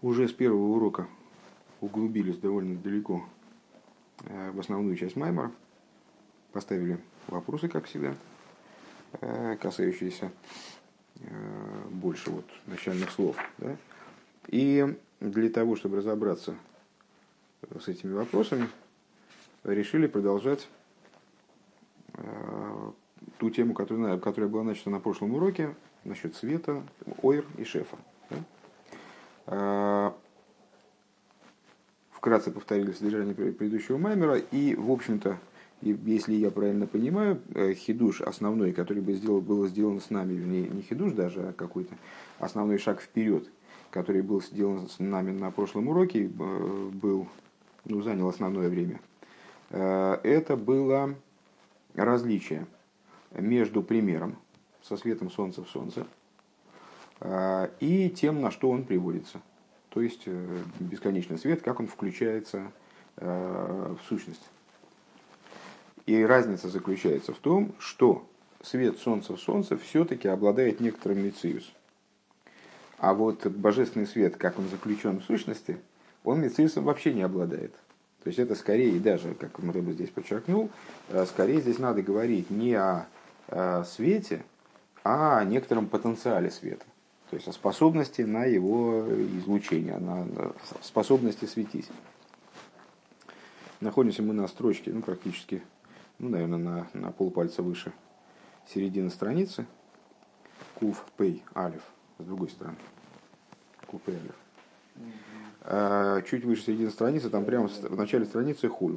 Уже с первого урока углубились довольно далеко в основную часть маймора. Поставили вопросы, как всегда, касающиеся больше вот начальных слов. Да? И для того, чтобы разобраться с этими вопросами, решили продолжать ту тему, которая была начата на прошлом уроке, насчет света, ойр и шефа. Да? Вкратце повторили содержание предыдущего маймера, и, в общем-то, если я правильно понимаю, хидуш основной, который было сделано с нами, вернее, не хидуш даже, а какой-то основной шаг вперед, который был сделан с нами на прошлом уроке, занял основное время. Это было различие между примером со светом солнца в солнце и тем, на что он приводится. То есть бесконечный свет, как он включается в сущность. И разница заключается в том, что свет солнца в солнце все-таки обладает некоторым мециус. А вот божественный свет, как он заключен в сущности, он мециусом вообще не обладает. То есть это скорее, даже, как Рэбе здесь подчеркнул, скорее здесь надо говорить не о свете, а о некотором потенциале света. То есть о способности на его излучение, на способности светить. Находимся мы на строчке, практически, наверное, на полпальца выше середины страницы. Кув Пей Алиф, с другой стороны. Кув Пей Алиф. Чуть выше середины страницы, там прямо в начале страницы хулю.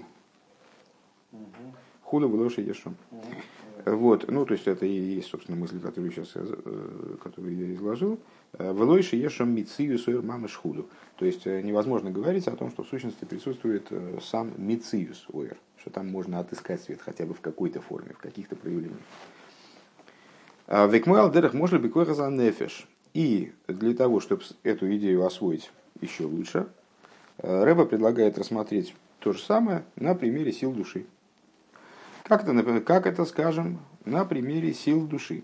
Хулю вылоши ешом. Вот, то есть это и есть, собственно, мысль, которую я изложил. Вылойши ешом мицию суэр мамыш худу. То есть невозможно говорить о том, что в сущности присутствует сам мициус ойр, что там можно отыскать свет хотя бы в какой-то форме, в каких-то проявлениях. Векмуал дерах может быть койхаза нефеш. И для того, чтобы эту идею освоить еще лучше, Рэбе предлагает рассмотреть то же самое на примере сил души. Как это, скажем, на примере сил души.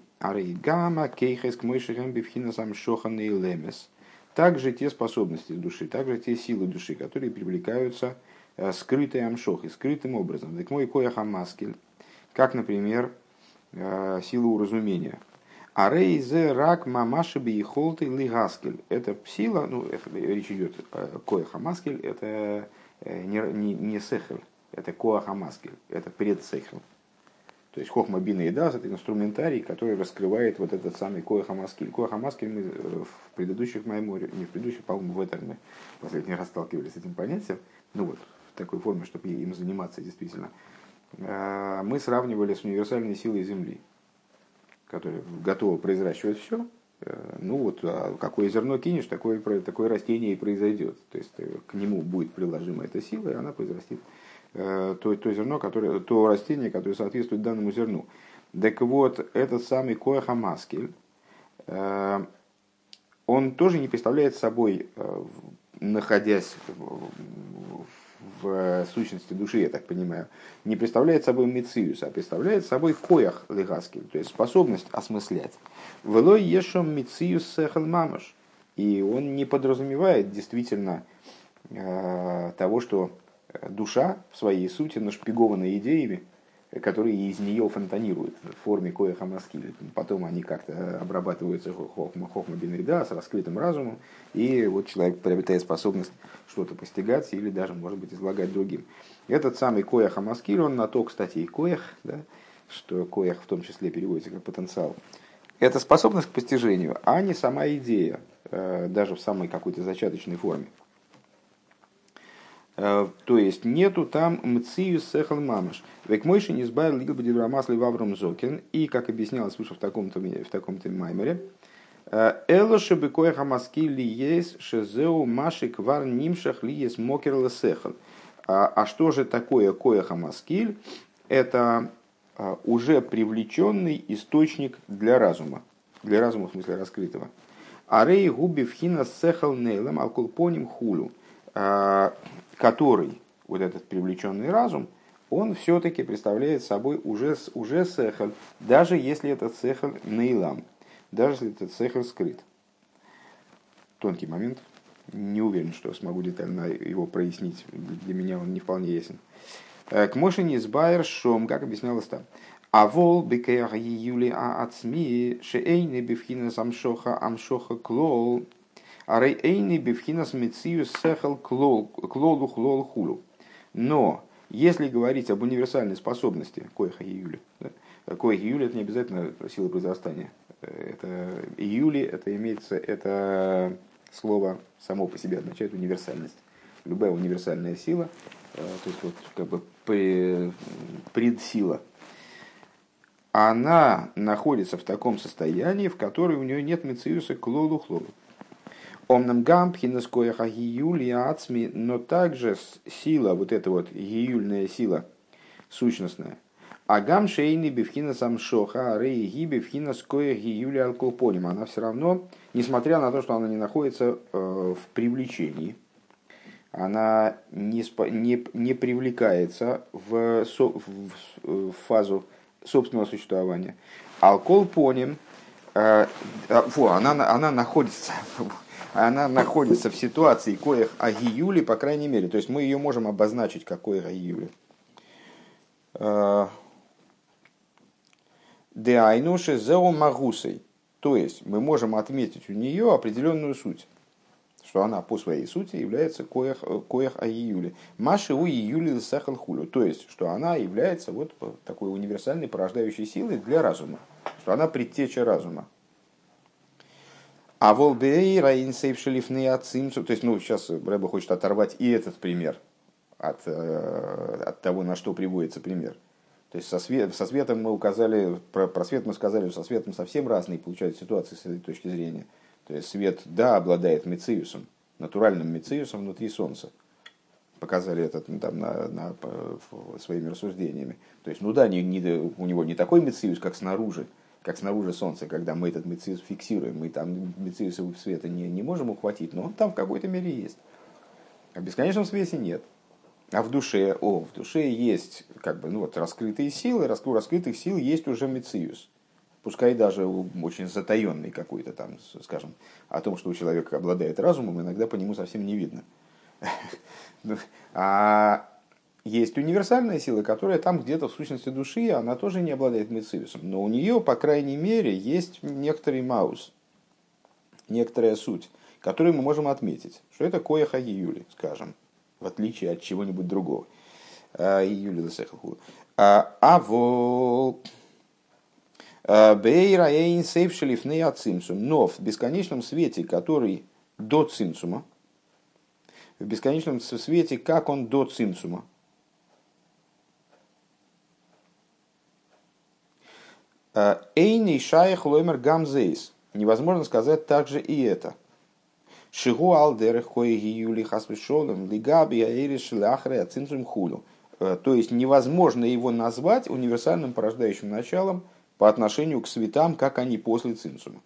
Также те способности души, также те силы души, которые привлекаются скрытой амшохой, скрытым образом. Как, например, сила уразумения. Арейзе рак мамашиби и холты лигаскель. Это сила, речь идет о кояхамаскель, это не сехель. Это коахамаскель, это предсехл. То есть хохма бина и дас, это инструментарий, который раскрывает вот этот самый коахамаскель. Коахамаскель мы в предыдущих майморе, не в предыдущих, по-моему, в этом мы последний раз сталкивались с этим понятием, в такой форме, чтобы им заниматься действительно. Мы сравнивали с универсальной силой Земли, которая готова произращивать все. Какое зерно кинешь, такое растение и произойдет. То есть к нему будет приложима эта сила, и она произрастит то зерно, то растение, которое соответствует данному зерну. Так вот, этот самый коахамаскель, он тоже не представляет собой, находясь в сущности души, я так понимаю, не представляет собой мециус, а представляет собой коях легаскель, то есть способность осмыслять. Велой ешом мециус сехал мамаш. И он не подразумевает действительно того, что душа в своей сути нашпигована идеями, которые из нее фонтанируют в форме кояхамаскиль. Потом они как-то обрабатываются хохма бин ида с раскрытым разумом, и вот человек приобретает способность что-то постигать или даже, может быть, излагать другим. Этот самый кояхамаскиль, он на то, кстати, и коях, да, что коях в том числе переводится как потенциал. Это способность к постижению, а не сама идея, даже в самой какой-то зачаточной форме. То есть нету там мциюс сехал мамаш. Век мойши не избавил лигл бадиврамасли вавром зокин. И, как объяснялось выше в таком-то маймере, элоши бекоя хамаски ли есть шезеу маши квар нимшах ли есть мокер лесехал. А что же такое коя хамаскиль? Это уже привлеченный источник для разума. Для разума, в смысле раскрытого. Арей губи вхина сехал нейлем алкулпоним хулю. Который, вот этот привлеченный разум, он все-таки представляет собой уже сехаль, даже если этот сехаль нейлам, даже если этот сехаль скрыт. Тонкий момент, не уверен, что смогу детально его прояснить. Для меня он не вполне ясен. К Мошени с Байершом, как объяснялось там. А вол бекеах юли ацми шеэйни бифхинас амшоха клол, а рейэйни бифхинас мециус сехал клолу хлол хулу. Но если говорить об универсальной способности коэха юли, коэха юли это не обязательно сила произрастания. Это июли, это имеется, это слово само по себе означает универсальность. Любая универсальная сила, то есть вот как бы предсила, она находится в таком состоянии, в котором у нее нет мециуса клолу хлолу. Омнам гампхинас коэха гиюли ацми, но также сила, вот эта вот гиюльная сила, сущностная, агам шейни бифхина самшоха, рей ги бифхина скоя гиюли алколпоним. Она все равно, несмотря на то, что она не находится в привлечении, она не привлекается в фазу собственного существования. Алколпоним, она находится в ситуации коих агиюли, по крайней мере. То есть мы ее можем обозначить как коих агиюли. Деайнуше зео магусой. То есть мы можем отметить у нее определенную суть, что она по своей сути является коях агиюли. Маши у июли сахал хулю. То есть, что она является вот такой универсальной порождающей силой для разума, что она предтеча разума. А волбей раин сейвшелифны ацимцу. То есть, сейчас Рэбе хочет оторвать и этот пример от того, на что приводится пример. То есть со светом мы указали, про свет мы сказали, что со светом совсем разные получаются ситуации с этой точки зрения. То есть свет, да, обладает мециусом, натуральным мециусом внутри Солнца. Показали это там, своими рассуждениями. То есть, у него не такой мециус, как снаружи Солнца, когда мы этот мециус фиксируем, мы там мециуса света не можем ухватить, но он там в какой-то мере есть. А в бесконечном свете нет. А в душе есть раскрытые силы, у раскрытых сил есть уже мециус. Пускай даже очень затаенный какой-то там, скажем, о том, что у человека обладает разумом, иногда по нему совсем не видно. А есть универсальная сила, которая там где-то в сущности души, она тоже не обладает мециусом. Но у нее, по крайней мере, есть некоторый маус, некоторая суть, которую мы можем отметить, что это коях агиюли, скажем, в отличие от чего-нибудь другого. Июли лесехаху. Бейраэйн сейвшелифны ацимсум. Но в бесконечном свете, который до цимсума, в бесконечном свете, как он до цимсума, эйни шаях лоймер гамзейс. Невозможно сказать также и это. Шигу алдерах кои гиюли хаспешолем лигаби аэриш ляхре ацимсум хулю. То есть невозможно его назвать универсальным порождающим началом по отношению к светам, как они после цимсума.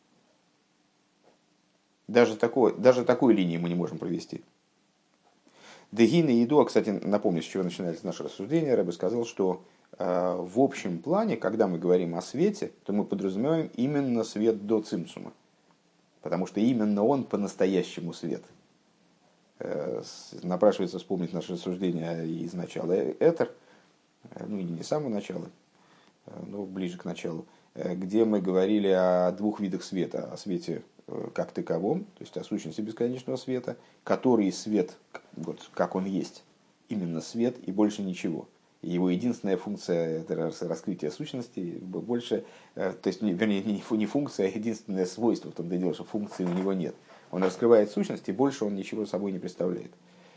Даже такой линии мы не можем провести. Дегина и Едуа, кстати, напомню, с чего начинается наше рассуждение. Рэбе сказал, что в общем плане, когда мы говорим о свете, то мы подразумеваем именно свет до цимсума. Потому что именно он по-настоящему свет. Напрашивается вспомнить наше рассуждение из начала Этер, и не с самого начала, но ближе к началу, где мы говорили о двух видах света. О свете как таковом, то есть о сущности бесконечного света, который свет, вот как он есть, именно свет и больше ничего. Его единственная функция – это раскрытие сущности, больше, то есть, вернее, не функция, а единственное свойство в том-то и дело, что функции у него нет. Он раскрывает сущность, и больше он ничего собой не представляет.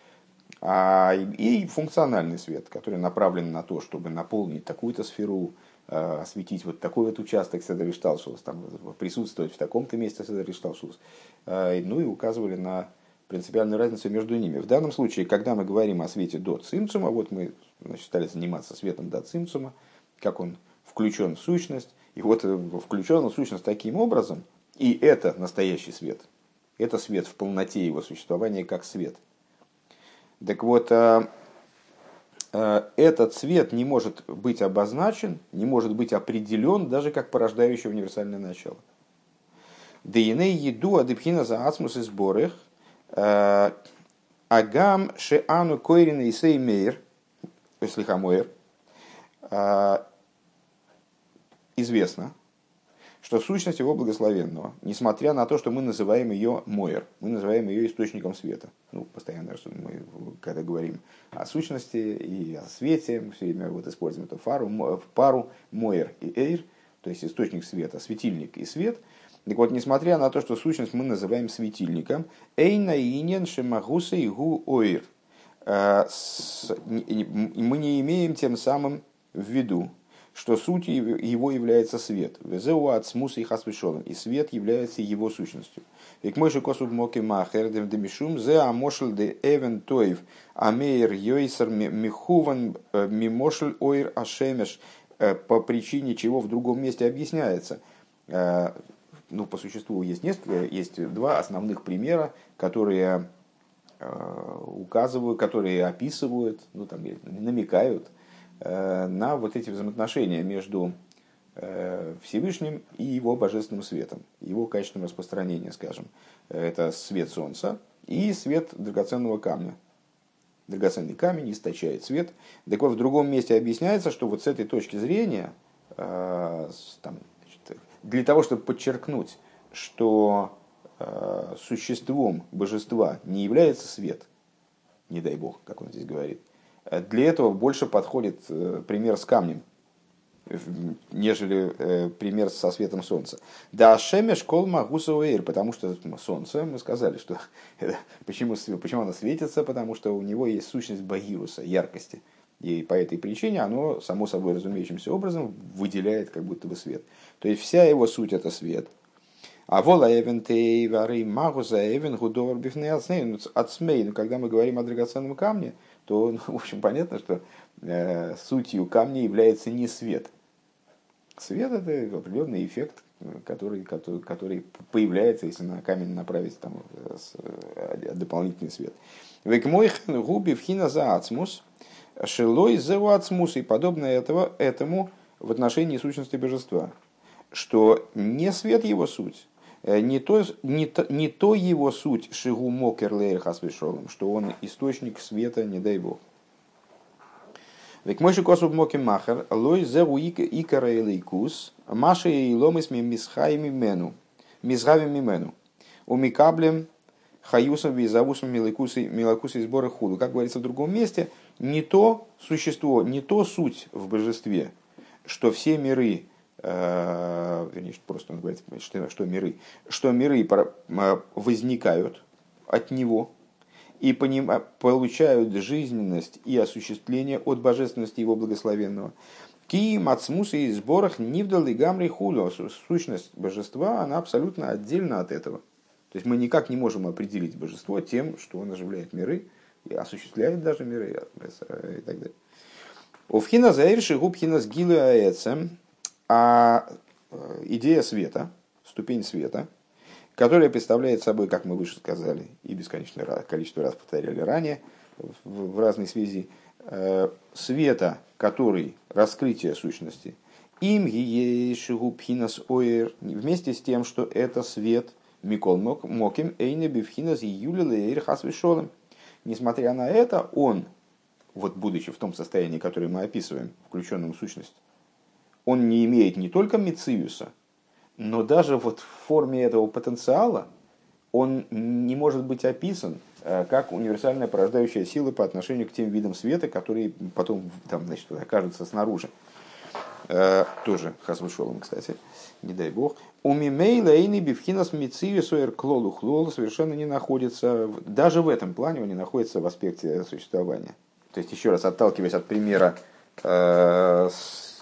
И функциональный свет, который направлен на то, чтобы наполнить такую-то сферу, осветить вот такой вот участок Седер Ишталшус, присутствовать в таком-то месте Седер Ишталшус. И указывали на принципиальную разницу между ними. В данном случае, когда мы говорим о свете до цимсума, вот мы стали заниматься светом до цимсума, как он включен в сущность, и вот включен в сущность таким образом, и это настоящий свет. Это свет в полноте его существования как свет. Так вот, этот свет не может быть обозначен, не может быть определен даже как порождающее универсальное начало. Дейней еду адепхина за ацмус и сборах, Агам шеану койрин и сей мейр, слихамойр, известно, что сущность его благословенного, несмотря на то, что мы называем ее Моэр, мы называем ее источником света. Ну, постоянно мы, когда говорим о сущности и о свете, мы все время вот используем эту пару Моэр и Эйр, то есть источник света, светильник и свет. Так вот, несмотря на то, что сущность мы называем светильником, Эйна инен шемагуса и гу оир, мы не имеем тем самым в виду, что суть его является свет. И свет является его сущностью. Ведь мой же косуд моки махер демишум зе амошел де эвен тоев амейр йойсер михуван мимошел ойр ашемеш, по причине чего в другом месте объясняется. Ну, по существу есть два основных примера, которые указывают, которые описывают, ну, там, намекают на вот эти взаимоотношения между Всевышним и его божественным светом, его качественным распространением, скажем. Это свет солнца и свет драгоценного камня. Драгоценный камень источает свет. Так вот, в другом месте объясняется, что вот с этой точки зрения, для того, чтобы подчеркнуть, что существом божества не является свет, не дай бог, как он здесь говорит, для этого больше подходит пример с камнем, нежели пример со светом солнца. Да, шемеш кол магусауэйр, потому что солнце, мы сказали, что почему оно светится, потому что у него есть сущность багируса, яркости. И по этой причине оно, само собой разумеющимся образом, выделяет как будто бы свет. То есть вся его суть это свет. А вола эвентей вары магуса эвен гудовар бифней ацмей. Но когда мы говорим о драгоценном камне, то, в общем, понятно, что сутью камня является не свет. Свет – это определенный эффект, который появляется, если на камень направить там, дополнительный свет. Векмойхен губи вхина за ацмус, шелой зеу ацмус, и подобное этому в отношении сущности божества. Что не свет его суть, не то его суть, шигу мокер лейр хасвешолом, что он источник света, не дай бог. Век мой же косуб моки махер, лой зеру икара элейкус, маши и ломис ми мисхаими мену, мисхавим мену, умикаблем хаюсом визавусом милакусы сбора худу. Как говорится в другом месте, не то существо, не то суть в божестве, что все миры, вернее, просто он говорит, что миры возникают от него, и получают жизненность и осуществление от божественности его благословенного. Ки мацмус и сборах нивдал и гамри хулю. Сущность божества, она абсолютно отдельна от этого. То есть мы никак не можем определить божество тем, что он оживляет миры, и осуществляет даже миры и так далее. Овхина заэрши губхина сгилу аэцем. А идея света, ступень света, которая представляет собой, как мы выше сказали, и бесконечное количество раз повторяли ранее в разной связи, света, который раскрытие сущности, им гиешигубхинас оэр, вместе с тем, что это свет микол моким эйне бифхинас июлила эйр хасвишолем. Несмотря на это, он, вот будучи в том состоянии, которое мы описываем, включенном в сущность, он не имеет не только мециуса, но даже вот в форме этого потенциала он не может быть описан как универсальная порождающая сила по отношению к тем видам света, которые потом там, значит, окажутся снаружи. Тоже хасвышолом, кстати, не дай бог. У мимейла эйни бифхинас мециус оэр клолу хлол совершенно не находится, даже в этом плане он не находится в аспекте существования. То есть, еще раз отталкиваясь от примера по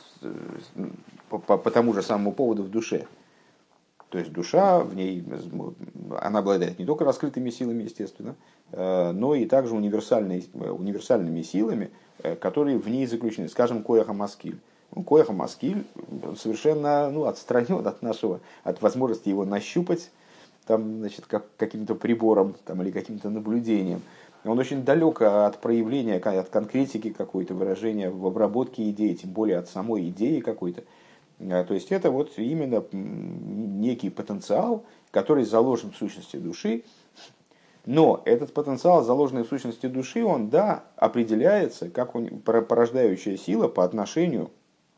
тому же самому поводу в душе. То есть душа, в ней, она обладает не только раскрытыми силами, естественно, но и также универсальными силами, которые в ней заключены. Скажем, коэха маскиль. Коэха маскиль совершенно отстранен от возможности его нащупать там, значит, каким-то прибором там, или каким-то наблюдением. Он очень далек от проявления, от конкретики какой-то, выражения в обработке идеи, тем более от самой идеи какой-то. То есть это вот именно некий потенциал, который заложен в сущности души, Но этот потенциал, заложенный в сущности души, он, да, определяется как порождающая сила по отношению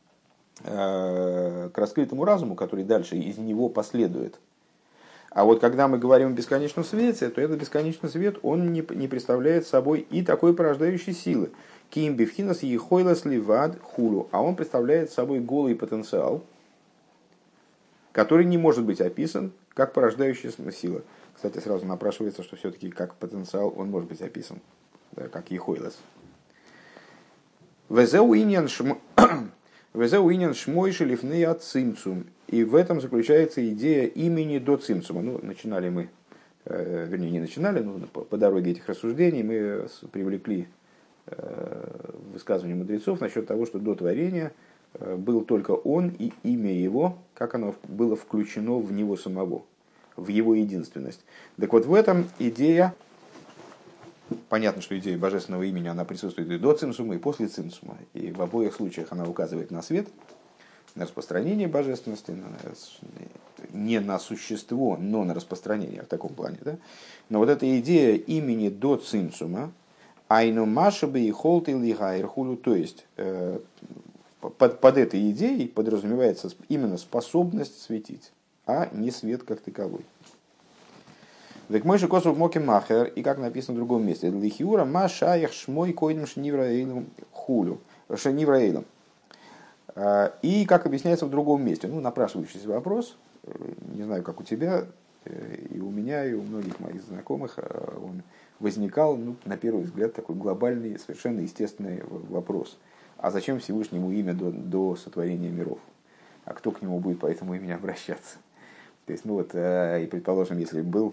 к раскрытому разуму, который дальше из него последует. А вот когда мы говорим о бесконечном свете, то этот бесконечный свет, он не представляет собой и такой порождающей силы. Ким бифхинас ехойлас ливад хулу. А он представляет собой голый потенциал, который не может быть описан как порождающая сила. Кстати, сразу напрашивается, что все-таки как потенциал он может быть описан, да, как ехойлас. Везеу иньян шмойши лифней от цимцум. И в этом заключается идея имени до цимцума. Ну, начинали мы, вернее, не начинали, но по дороге этих рассуждений мы привлекли высказывание мудрецов насчет того, что до творения был только он и имя его, как оно было включено в него самого, в его единственность. Так вот, в этом идея, понятно, что идея божественного имени, она присутствует и до цимсума, и после цимсума. И в обоих случаях она указывает на свет, на распространение божественности, не на существо, но на распространение в таком плане. Да? Но вот эта идея имени до цимсума, айну машабы и холты лигайрхулю, то есть под этой идеей подразумевается именно способность светить, а не свет как таковой. Так мой же косов моки махер, и как написано в другом месте, лихиура машаях шмой койдем шнивраэйлом хулю, шнивраэйлом. И как объясняется в другом месте, ну, напрашивающийся вопрос, не знаю, как у тебя, и у меня, и у многих моих знакомых, он возникал, ну, на первый взгляд, такой глобальный, совершенно естественный вопрос. А зачем Всевышнему имя до сотворения миров? А кто к нему будет по этому имени обращаться? То есть, ну вот, и предположим, если был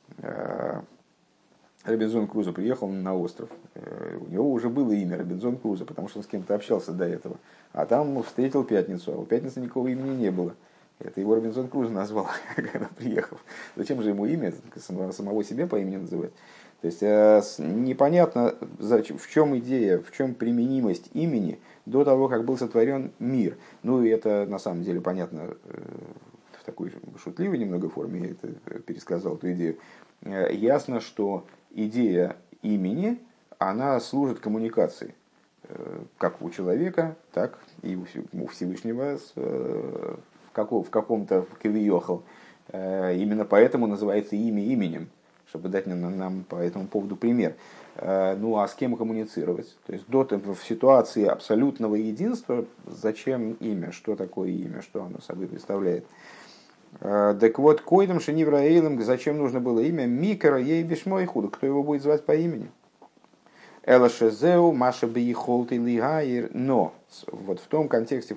Робинзон Крузо, приехал на остров, у него уже было имя Робинзон Крузо, потому что он с кем-то общался до этого. А там встретил Пятницу, а у Пятницы никакого имени не было. Это его Робинзон Крузо назвал, когда приехал. Зачем же ему имя, самого себя по имени называть? То есть непонятно, в чем идея, в чем применимость имени до того, как был сотворен мир. Ну и это на самом деле понятно в такой шутливой немного форме, я это пересказал эту идею. Ясно, что идея имени, она служит коммуникации. Как у человека, так и у Всевышнего в каком-то кавиохал. Именно поэтому называется имя именем, чтобы дать нам по этому поводу пример. Ну а с кем коммуницировать? То есть в ситуации абсолютного единства зачем имя? Что такое имя? Что оно собой представляет? Так вот, койдам шенивраэйлам, зачем нужно было имя? Микара ей бишмой худу. Кто его будет звать по имени? Элашезеу маша бейхолт и лигайр. Но вот в том контексте,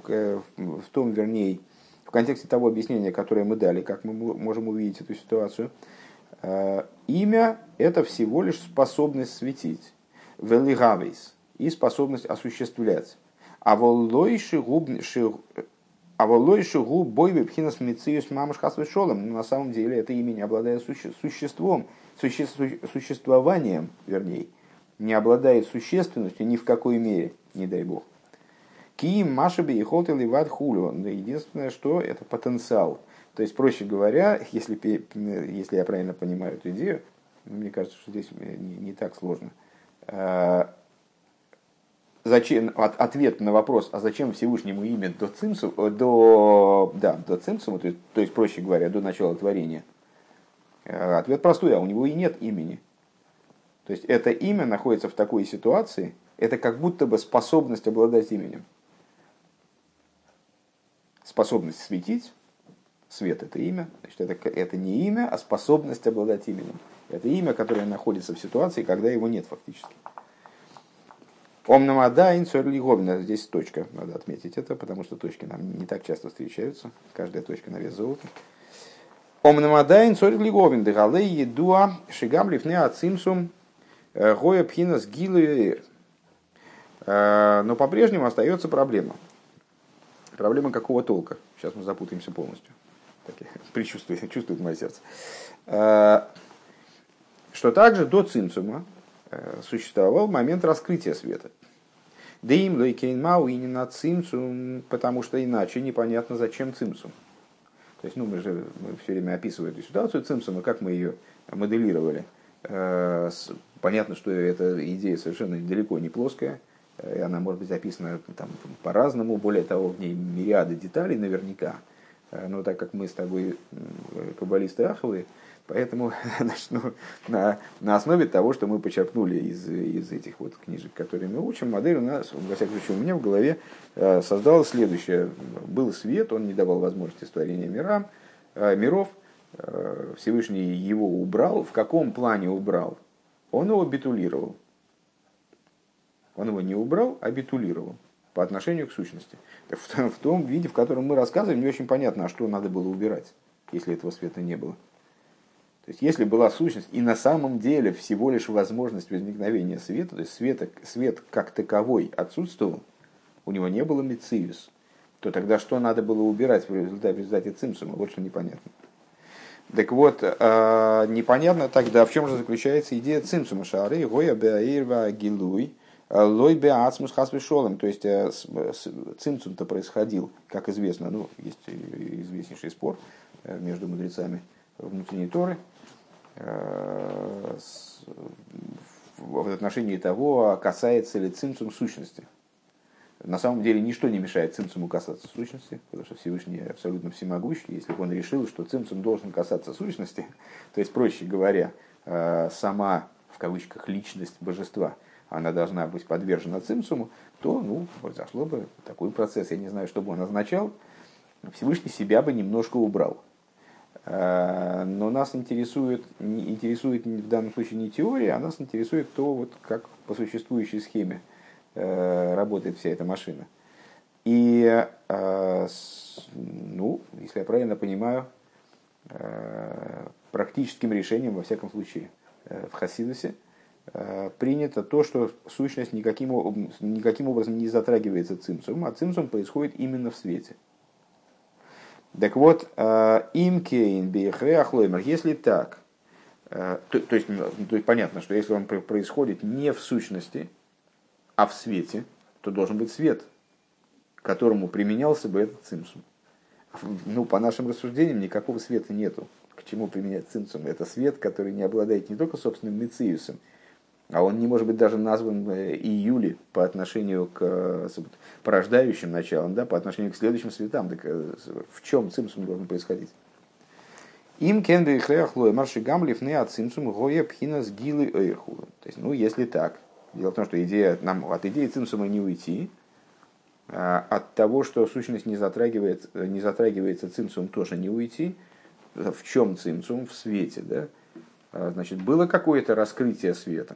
в контексте того объяснения, которое мы дали, как мы можем увидеть эту ситуацию, имя – это всего лишь способность светить, велигавейс, и способность осуществлять. А воллойши губ бойвы пхинас мициюс мамаш хасвешолом. Но на самом деле это имя не обладает существованием, вернее, не обладает существенностью ни в какой мере, не дай бог. Киим машаби и холты ливат хулю. Единственное, что это потенциал. То есть, проще говоря, если я правильно понимаю эту идею, мне кажется, что здесь не так сложно. Ответ на вопрос, а зачем Всевышнему имя до цимсума, то есть, проще говоря, до начала творения. Ответ простой, а у него и нет имени. То есть, это имя находится в такой ситуации, это как будто бы способность обладать именем. Способность светить, свет – это имя, значит, это не имя, а способность обладать именем. Это имя, которое находится в ситуации, когда его нет фактически. Омнамадайн цорлиговина. Здесь точка, надо отметить это, потому что точки нам не так часто встречаются. Каждая точка на вес золота. Омнамадайн цорлиговин. Дегалей едуа шигам лифне ацимсум гоя пхинас гилуэр. Но по-прежнему остается проблема. Проблема какого толка? Сейчас мы запутаемся полностью. Чувствует мое сердце. Что также до цимсума существовал момент раскрытия света. Деим лойкейнмау и не на цимсум, потому что иначе непонятно, зачем цимсум. То есть, мы все время описываем эту ситуацию цимсума, как мы ее моделировали. Понятно, что эта идея совершенно далеко не плоская, и она может быть описана там по-разному, более того, в ней мириады деталей наверняка. Но так как мы с тобой каббалисты аховые, поэтому значит, на основе того, что мы почерпнули из этих вот книжек, которые мы учим, модель у нас, во всяком случае, у меня в голове создалась следующее. Был свет, он не давал возможности творения миров, Всевышний его убрал. В каком плане убрал? Он его битулировал. Он его не убрал, а битулировал по отношению к сущности. В том виде, в котором мы рассказываем, не очень понятно, а что надо было убирать, если этого света не было. То есть, если была сущность, и на самом деле всего лишь возможность возникновения света, то есть свет как таковой отсутствовал, у него не было мециус, то тогда что надо было убирать в результате цимсума? Вот что непонятно. Так вот, непонятно тогда, в чем же заключается идея цимсума шары, гоя беаирва гилуй, лой беацмус хасвешолем. То есть, цимсум-то происходил, как известно, ну, есть известнейший спор между мудрецами внутренней Торы в отношении того, касается ли цимсум сущности. На самом деле ничто не мешает цимсуму касаться сущности, потому что Всевышний абсолютно всемогущий. Если бы он решил, что цимсум должен касаться сущности, то есть, проще говоря, сама, в кавычках, личность божества, она должна быть подвержена цимсуму, то произошло бы такой процесс. Я не знаю, что бы он означал. Всевышний себя бы немножко убрал. Но нас интересует в данном случае не теория, а нас интересует то, вот, как по существующей схеме работает вся эта машина. И, если я правильно понимаю, практическим решением, во всяком случае, в Хасидусе, принято то, что сущность никаким образом не затрагивается цимсумом, а цимсум происходит именно в свете. Так вот, имкейн бейхреахлоймер, если так, то есть понятно, что если он происходит не в сущности, а в свете, то должен быть свет, к которому применялся бы этот цимсум. По нашим рассуждениям, никакого света нету. К чему применять цимсум? Это свет, который не обладает не только собственным мециусом, а он не может быть даже назван июли по отношению к порождающим началам, да, по отношению к следующим светам. Так в чем цимсум должен происходить? Им кенды хреахлой марши гамлив не от цимсум гоя пхинас гилы эйрху. То есть, если так. Дело в том, что нам от идеи цимсума не уйти, от того, что сущность не затрагивается цимсум, тоже не уйти. В чем цимсум? В свете, да? Значит, было какое-то раскрытие света.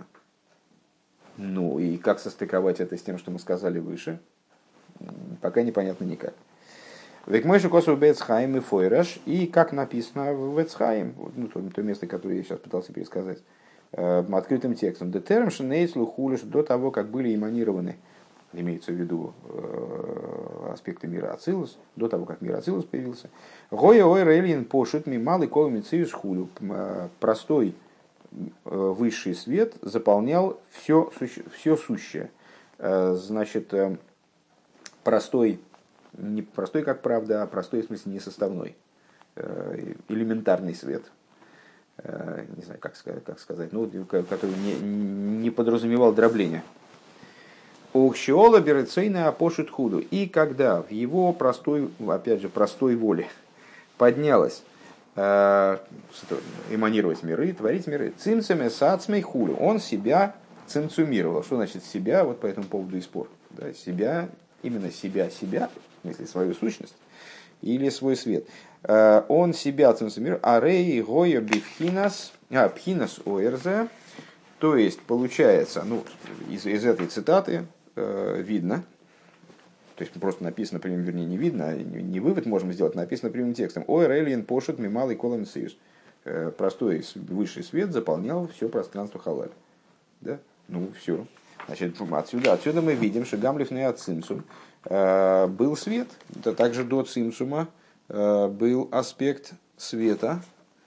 И как состыковать это с тем, что мы сказали выше, пока непонятно никак. Векмойши косу бецхайм и фойраш, и как написано в Бецхайм, то место, которое я сейчас пытался пересказать, открытым текстом. Детерм шнейцлу хулиш до того, как были эманированы, имеется в виду аспекты мира Ацилус, до того, как мир Ацилус появился. Гоя ой рейлин пошут мималый кол мициус хулю. Простой высший свет заполнял все сущее. Значит, простой, не простой как правда, а простой в смысле не составной. Элементарный свет. Не знаю, как сказать, который не подразумевал дробления. Ухшиола берецейна апошит худу. И когда в его простой воле поднялась эманировать миры, творить миры, цимцами сацмей хулю, он себя цимцумировал. Что значит себя? Вот по этому поводу и спор. Да, себя, именно себя, в смысле свою сущность, или свой свет. Он себя цимцумировал, арей гоя бифхинас, пхинас оэрзе, то есть получается, из этой цитаты видно, то есть просто написано прямым, вернее, не видно, не вывод можем сделать, написано прямым текстом. Ой, рейлин пошут мималый колом союз. Простой высший свет заполнял все пространство халаль. Да? Все. Значит, отсюда мы видим, что гамлиф не от цимсум был свет, это также до цимсума был аспект света.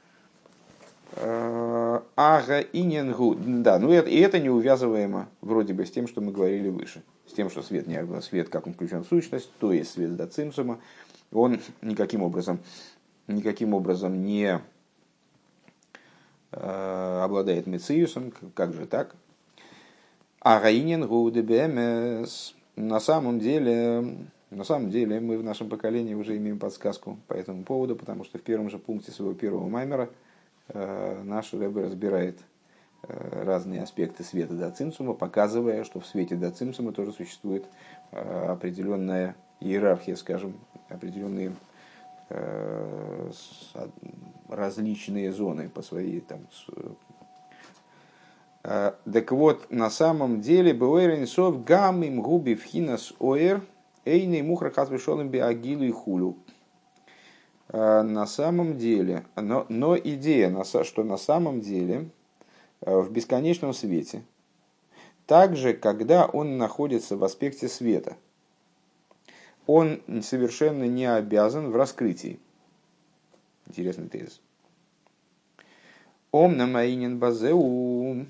Ага иненгу. Да, и это неувязываемо вроде бы с тем, что мы говорили выше. С тем, что свет, как он включен в сущность, то есть свет до цимсума, он никаким образом не обладает мециусом, как же так? А гаинен гуде бмс. На самом деле мы в нашем поколении уже имеем подсказку по этому поводу, потому что в первом же пункте своего первого маймера наш Ребе разбирает разные аспекты света до цимсума, показывая, что в свете до цимсума тоже существует определенная иерархия, скажем, определенные различные зоны по своей там. Так вот, на самом деле, Бауэринсов гам им губи вхинас оэр эйный мухра хасвешолым би агилу и хулю. На самом деле, но идея, что на самом деле в бесконечном свете, также, когда он находится в аспекте света, он совершенно не обязан в раскрытии. Интересный тезис. Ом намаинен базеу.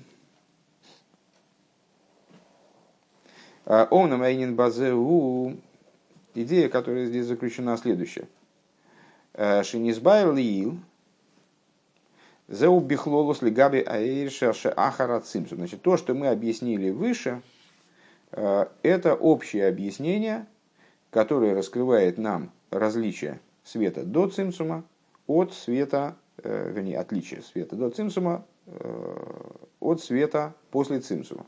Ом намаинен базеу. Идея, которая здесь заключена, следующая. Шинизбайр лиил. Зеу бихлолус лигаби аэйрша ахара цимсу. Значит, то, что мы объяснили выше, это общее объяснение, которое раскрывает нам различие света до цимсума от света, вернее, отличие света до цимсума от света после цимсума.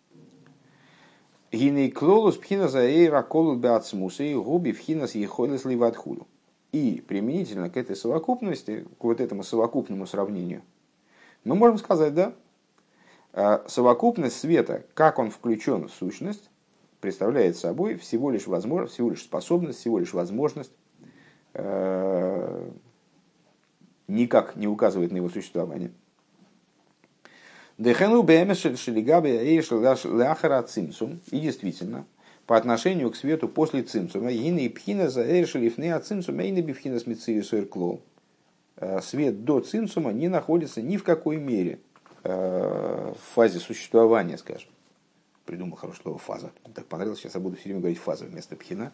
Гиней клолус пхина заэйра колу беацмуса и губи пхинас ехолес ливадхулу. И применительно к этой совокупности, к вот этому совокупному сравнению, мы можем сказать, да, совокупность света, как он включен в сущность, представляет собой всего лишь возможность, всего лишь способность, всего лишь возможность, никак не указывает на его существование. И действительно, по отношению к свету после цимсума, свет до цимсума не находится ни в какой мере в фазе существования, скажем. Придумал хорошее слово фаза. Так понравилось, сейчас я буду все время говорить фаза вместо пхина.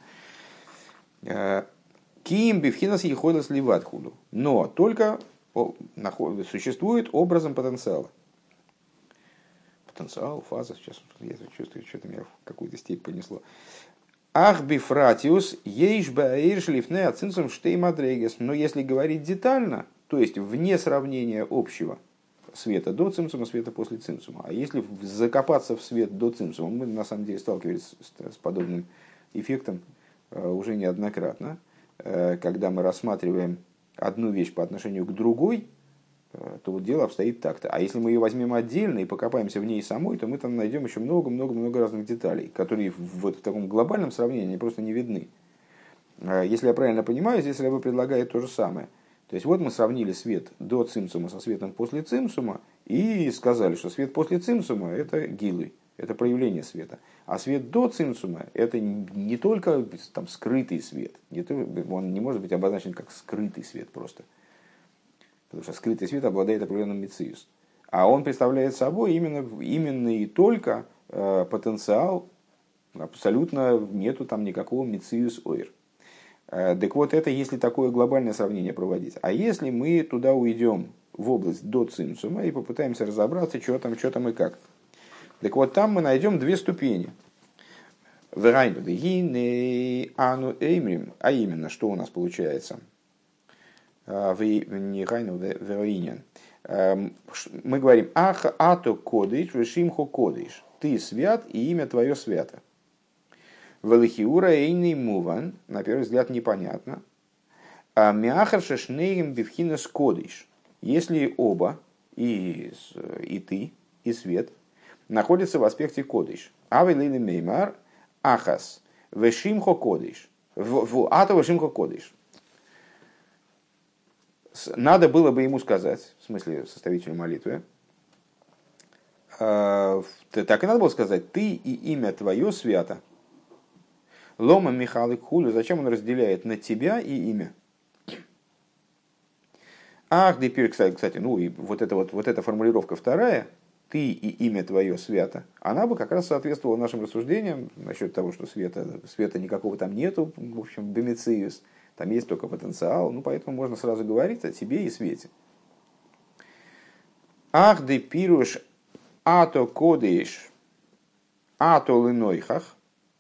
Киим бифхинас ехойлас ливадхулу. Но только существует образом потенциала. Потенциал, фаза, сейчас я чувствую, что-то меня в какую-то степь понесло. Ах бифратиус ейш баэйр шлифне ацинсум штеймадрегес. Но если говорить детально, то есть вне сравнения общего света до цимсума, света после цимсума. А если закопаться в свет до цимсума, мы на самом деле сталкивались с подобным эффектом уже неоднократно, когда мы рассматриваем одну вещь по отношению к другой, то вот дело обстоит так-то. А если мы ее возьмем отдельно и покопаемся в ней самой, то мы там найдем еще много-много-много разных деталей, которые в таком глобальном сравнении просто не видны. Если я правильно понимаю, здесь Ребе предлагает то же самое. То есть вот мы сравнили свет до цимсума со светом после цимсума и сказали, что свет после цимсума – это гилуй, это проявление света. А свет до цимсума – это не только там, скрытый свет, он не может быть обозначен как скрытый свет просто. Потому что скрытый свет обладает определенным мециус. А он представляет собой именно и только потенциал, абсолютно нету там никакого мециус ойр. Так вот, это если такое глобальное сравнение проводить. А если мы туда уйдем в область до цимсума и попытаемся разобраться, что там и как. Так вот, там мы найдем две ступени. А именно, что у нас получается? Мы говорим «Ах, ато кодиш, вешимхо кодиш». Ты свят, и имя твое свято. Велихиура эйный муван, на первый взгляд непонятно. А мяхар шешнеем бифхинас кодиш. Если оба, и ты, и свет, находятся в аспекте кодиш. Авелили меймар ахас вешимхо кодиш. Ато вешимхо кодиш. Надо было бы ему сказать, в смысле составителю молитвы, так и надо было сказать, ты и имя твое свято. Лома Михалык Хулю, зачем он разделяет на тебя и имя? Ах, депир, кстати, ну и вот эта формулировка вторая, ты и имя твое свято, она бы как раз соответствовала нашим рассуждениям насчет того, что света никакого там нету, в общем, бемециус. Там есть только потенциал, ну поэтому можно сразу говорить о тебе и свете. Ах де пируш ато кодиш, ато линойхах.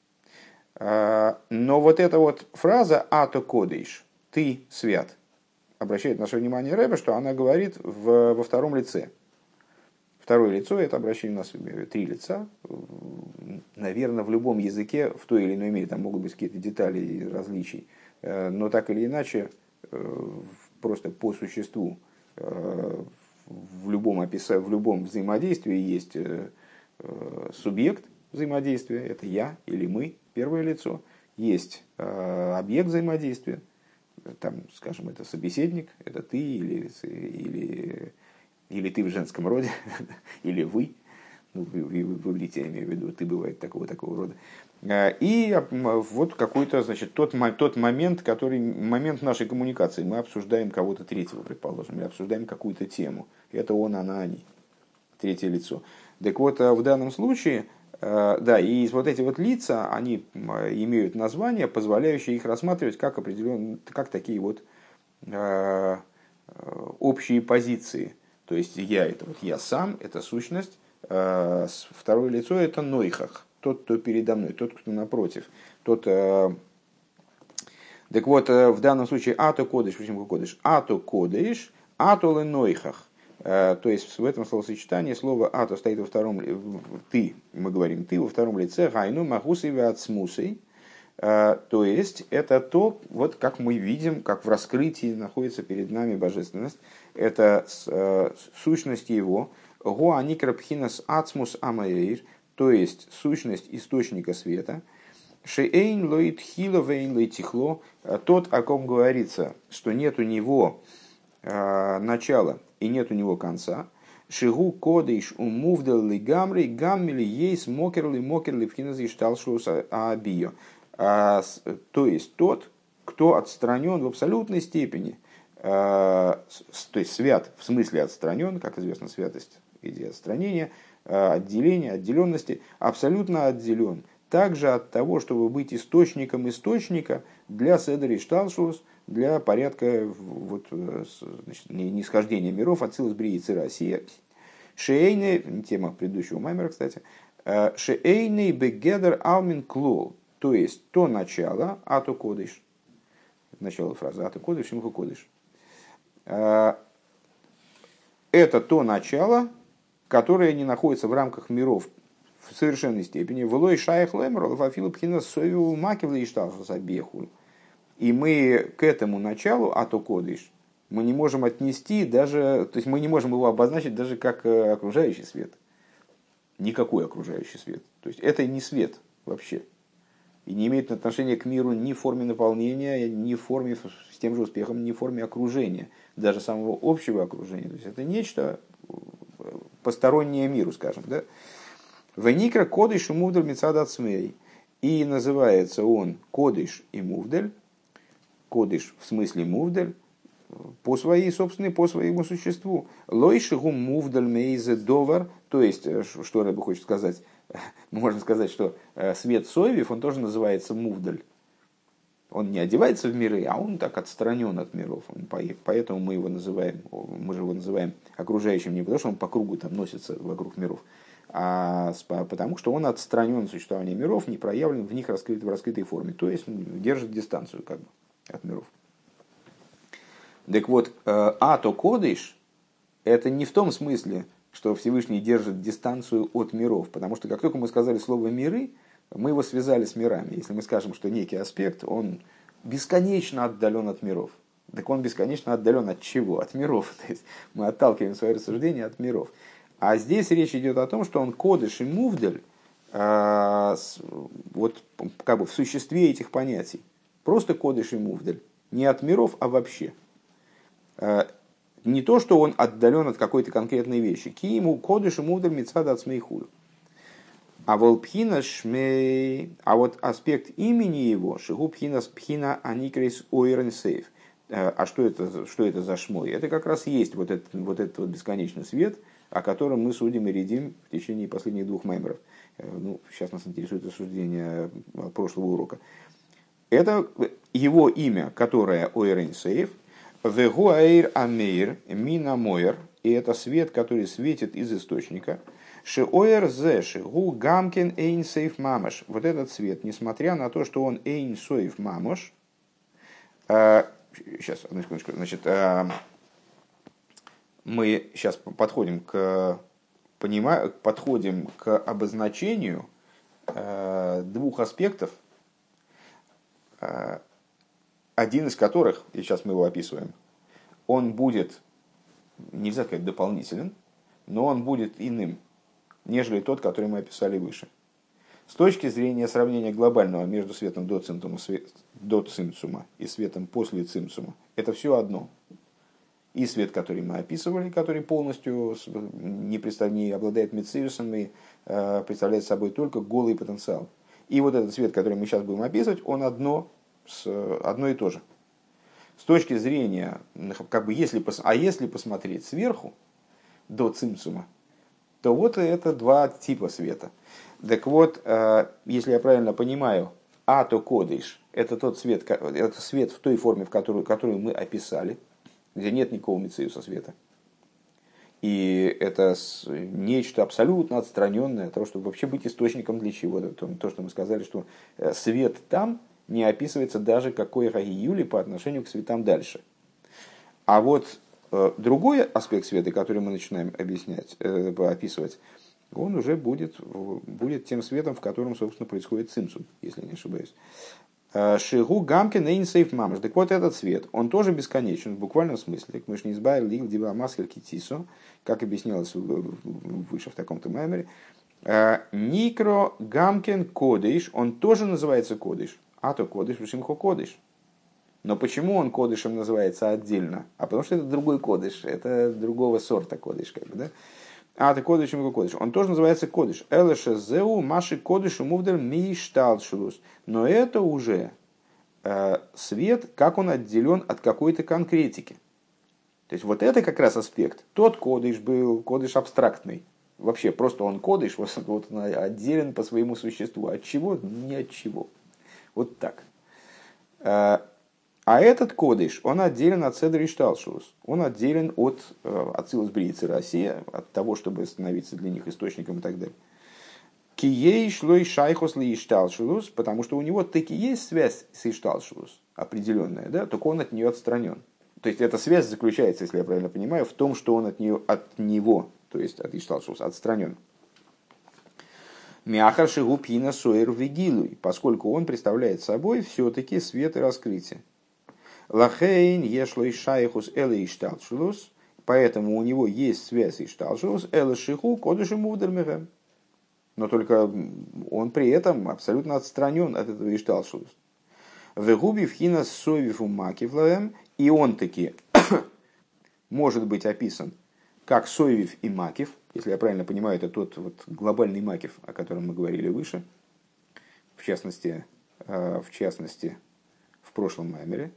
Но вот эта вот фраза ато кодиш, ты свят, обращает наше внимание Ребе, что она говорит во втором лице. Второе лицо – это обращение, у нас три лица. Наверное, в любом языке, в той или иной мере, там могут быть какие-то детали и различий. Но так или иначе, просто по существу, в любом взаимодействии есть субъект взаимодействия, это я или мы, первое лицо. Есть объект взаимодействия, там, скажем, это собеседник, это ты или ты в женском роде, или вы, ну, в иврите я имею в виду, ты бывает такого рода. И вот какой-то, значит, тот момент, момент нашей коммуникации. Мы обсуждаем кого-то третьего, предположим, или обсуждаем какую-то тему. Это он, она, они. Третье лицо. Так вот, в данном случае, да, и вот эти вот лица, они имеют название, позволяющее их рассматривать как такие вот общие позиции. То есть я это вот я сам, это сущность, второе лицо это нойхах, тот, кто передо мной, тот, кто напротив. Так вот, в данном случае ато кодыш, почему кодыш? Ато кодыш, ато нойхах. То есть в этом словосочетании слово ато стоит во втором, ты, мы говорим ты во втором лице, гайну махусой веацмусой. То есть это то, вот как мы видим, как в раскрытии находится перед нами божественность. Это сущность его, гоаникрапхинас ацмус амаэйр, то есть сущность источника света. Шеэйн лоит хило вейн лойтихло, тот, о ком говорится, что нет у него начала и нет у него конца. Шигу кодиш умувдал ли гамри гаммили ейс мокерли пхинас ишталшус абио. То есть тот, кто отстранен в абсолютной степени, то есть свят в смысле отстранен, как известно, святость идея отстранения, отделения, отделенности, абсолютно отделен также от того, чтобы быть источником источника для седер и шталшус, для порядка вот, значит, нисхождения миров от силы сбриицы Россия. Шейны, тема предыдущего маймера, кстати, шейны бегедер алмин клол. То есть то начало, ато кодыш, начало фразы ато кодыш, имху кодыш. Это то начало, которое не находится в рамках миров в совершенной степени. Влой шаях лемер, вафилу пхина совил макивли и шталшус беху. И мы к этому началу, ато кодыш, мы не можем отнести даже, то есть мы не можем его обозначить даже как окружающий свет. Никакой окружающий свет. То есть это не свет вообще. И не имеет отношения к миру ни в форме наполнения, ни в форме с тем же успехом, ни в форме окружения, даже самого общего окружения. То есть это нечто постороннее миру, скажем. Да? Веникра кодыш и мувдель мицадат смей. И называется он кодыш и мувдель. Кодыш в смысле мувдель по своей собственной, по своему существу. Лойшигу мувдель мейзе довар. То есть, что Рэбе хочет сказать? Можно сказать, что свет Совев, он тоже называется мувдаль. Он не одевается в миры, а он так отстранен от миров. Поэтому мы его называем окружающим не потому, что он по кругу там носится вокруг миров, а потому что он отстранен от существования миров, не проявлен в них в раскрытой форме. То есть держит дистанцию как бы от миров. Так вот, ато кодыш это не в том смысле, что Всевышний держит дистанцию от миров. Потому что как только мы сказали слово «миры», мы его связали с мирами. Если мы скажем, что некий аспект, он бесконечно отдален от миров. Так он бесконечно отдален от чего? От миров. То есть мы отталкиваем свое рассуждение от миров. А здесь речь идет о том, что он кодыш и мувдаль вот как бы в существе этих понятий. Просто кодыш и мувдаль. Не от миров, а вообще. Не то, что он отдален от какой-то конкретной вещи. Ки ему кодыш и мувдаль мицад от смейхулю. А волпхина шмей, а вот аспект имени его, шигубхина спхина аникрейс ойренсейф. А что это за шмой? Это как раз есть вот этот бесконечный свет, о котором мы судим и рядим в течение последних двух маймеров. Ну, сейчас нас интересует рассуждение прошлого урока. Это его имя, которое ойренсейф, вегуаир амейр мина моер, и это свет, который светит из источника. Шиоэр зе шигу гамкен эйн сейф мамаш. Вот этот свет, несмотря на то, что он эйн соев мамаш. Сейчас, одну секундочку. Значит, мы сейчас подходим к обозначению двух аспектов, один из которых, и сейчас мы его описываем, он будет, нельзя сказать дополнителен, но он будет иным, нежели тот, который мы описали выше. С точки зрения сравнения глобального между светом до цимцума и светом после цимцума, это все одно. И свет, который мы описывали, который полностью не обладает мециусом и представляет собой только голый потенциал. И вот этот свет, который мы сейчас будем описывать, он одно и то же. С точки зрения, если посмотреть сверху, до цимцума, то вот это два типа света. Так вот, если я правильно понимаю, ато кодыш – это тот свет, это свет в той форме, которую мы описали, где нет никакого мециуса света. И это нечто абсолютно отстраненное от того, чтобы вообще быть источником для чего-то. То, что мы сказали, что свет там не описывается даже какой рагиюли по отношению к светам дальше. А вот другой аспект света, который мы начинаем описывать, он уже будет тем светом, в котором, собственно, происходит цимцум, если не ошибаюсь. Шигу гамки нейнсейф мамаш. Так вот этот свет, он тоже бесконечен в буквальном смысле. Мы ж не избавили их дива маскер китисо, как объяснялось выше в таком-то маймере. Никро гамкен кодыш, он тоже называется кодыш. А то кодыш, вишимхо кодыш. Но почему он кодышем называется отдельно? А потому что это другой кодыш, это другого сорта кодыш, как бы, да? А ты кодыш, кодыш. Он тоже называется кодыш. Элэшэзэу маши кодыш умувдер мишталшус. Но это уже свет, как он отделен от какой-то конкретики. То есть вот это как раз аспект. Тот кодыш был кодыш абстрактный. Вообще просто он кодыш, вот он отделен по своему существу. От чего? Ни от чего. Вот так. А этот кодыш, он отделен от седер и шталшус. Он отделен от ацилус бриицы Россия, от того, чтобы становиться для них источником и так далее. Кией шлой шайхос ли ишталшус, потому что у него таки есть связь с ишталшус определенная, да, только он от нее отстранен. То есть эта связь заключается, если я правильно понимаю, в том, что он от него, то есть от ишталшус, отстранен. Мяхар шигу пина соэр вигилуй, поскольку он представляет собой все-таки свет и раскрытие. Лахейн ешлой шайхус элэ ишталшус, поэтому у него есть связь ишталшус элэ шиху кодышем мувдермехем. Но только он при этом абсолютно отстранен от этого ишталшус. Вегуби вхина совифу макивлаем, и он таки может быть описан как совив и макив, если я правильно понимаю, это тот вот глобальный макив, о котором мы говорили выше, в частности в прошлом маймере.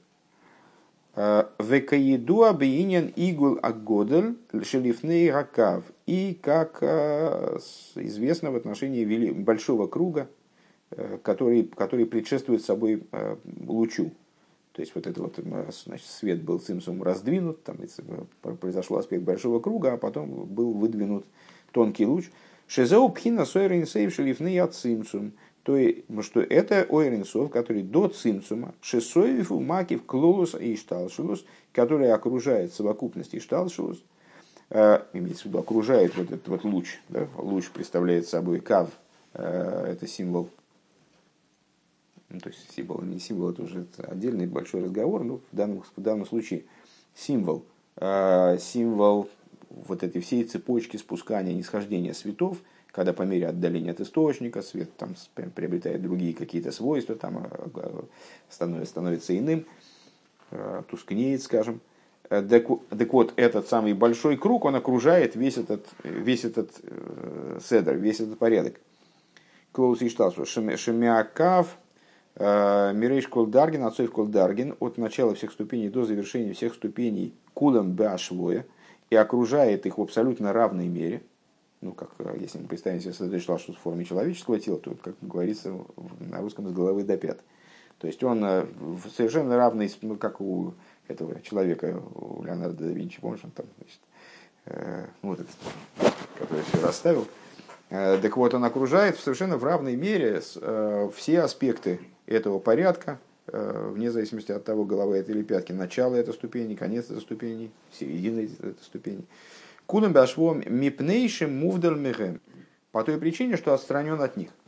Векаиду абиинен игул агодель шелифней ракав. И как известно в отношении большого круга, который предшествует собой лучу. То есть вот это вот, значит, свет был цимсум раздвинут, там произошел аспект большого круга, а потом был выдвинут тонкий луч. Шезеу пхина сойринсейв шелифней от цимсум. То есть, что это ойренсов, который до цимцума, шесоеву макив клолус и ишталшулус, который окружает совокупность ишталшулус, имеется в виду, окружает вот этот вот луч. Да? Луч представляет собой кав, это символ. Ну, то есть символ, не символ, это уже отдельный большой разговор, но в данном случае символ. Символ вот этой всей цепочки спускания, нисхождения светов, когда по мере отдаления от источника свет там приобретает другие какие-то свойства, там становится иным, тускнеет, скажем. Так вот, этот самый большой круг, он окружает весь этот седер, весь этот порядок. Клоус и шталсу. Шемиакав, Мирейш Колдаргин, Отцов Колдаргин, от начала всех ступеней до завершения всех ступеней кулам башвоя, и окружает их в абсолютно равной мере. Ну, как если мы представим себе Седер Шталшус в форме человеческого тела, то, как говорится на русском, с головы до пят. То есть он совершенно равный, ну, как у этого человека, у Леонардо да Винчи, помнишь, он там, значит, вот этот, который все расставил. Так вот, он окружает совершенно в равной мере все аспекты этого порядка, вне зависимости от того, голова это или пятки, начало этой ступени, конец этой ступени, середина этой ступени. Кулем башвом мипнейшим мувдал мехем. По той причине, что отстранен от них.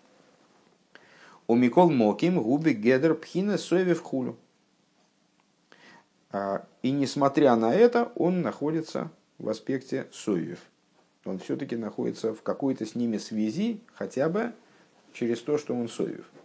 У Микол Моким губи гедер пхина совев хулю. И несмотря на это, он находится в аспекте совев. Он все-таки находится в какой-то с ними связи, хотя бы через то, что он совев.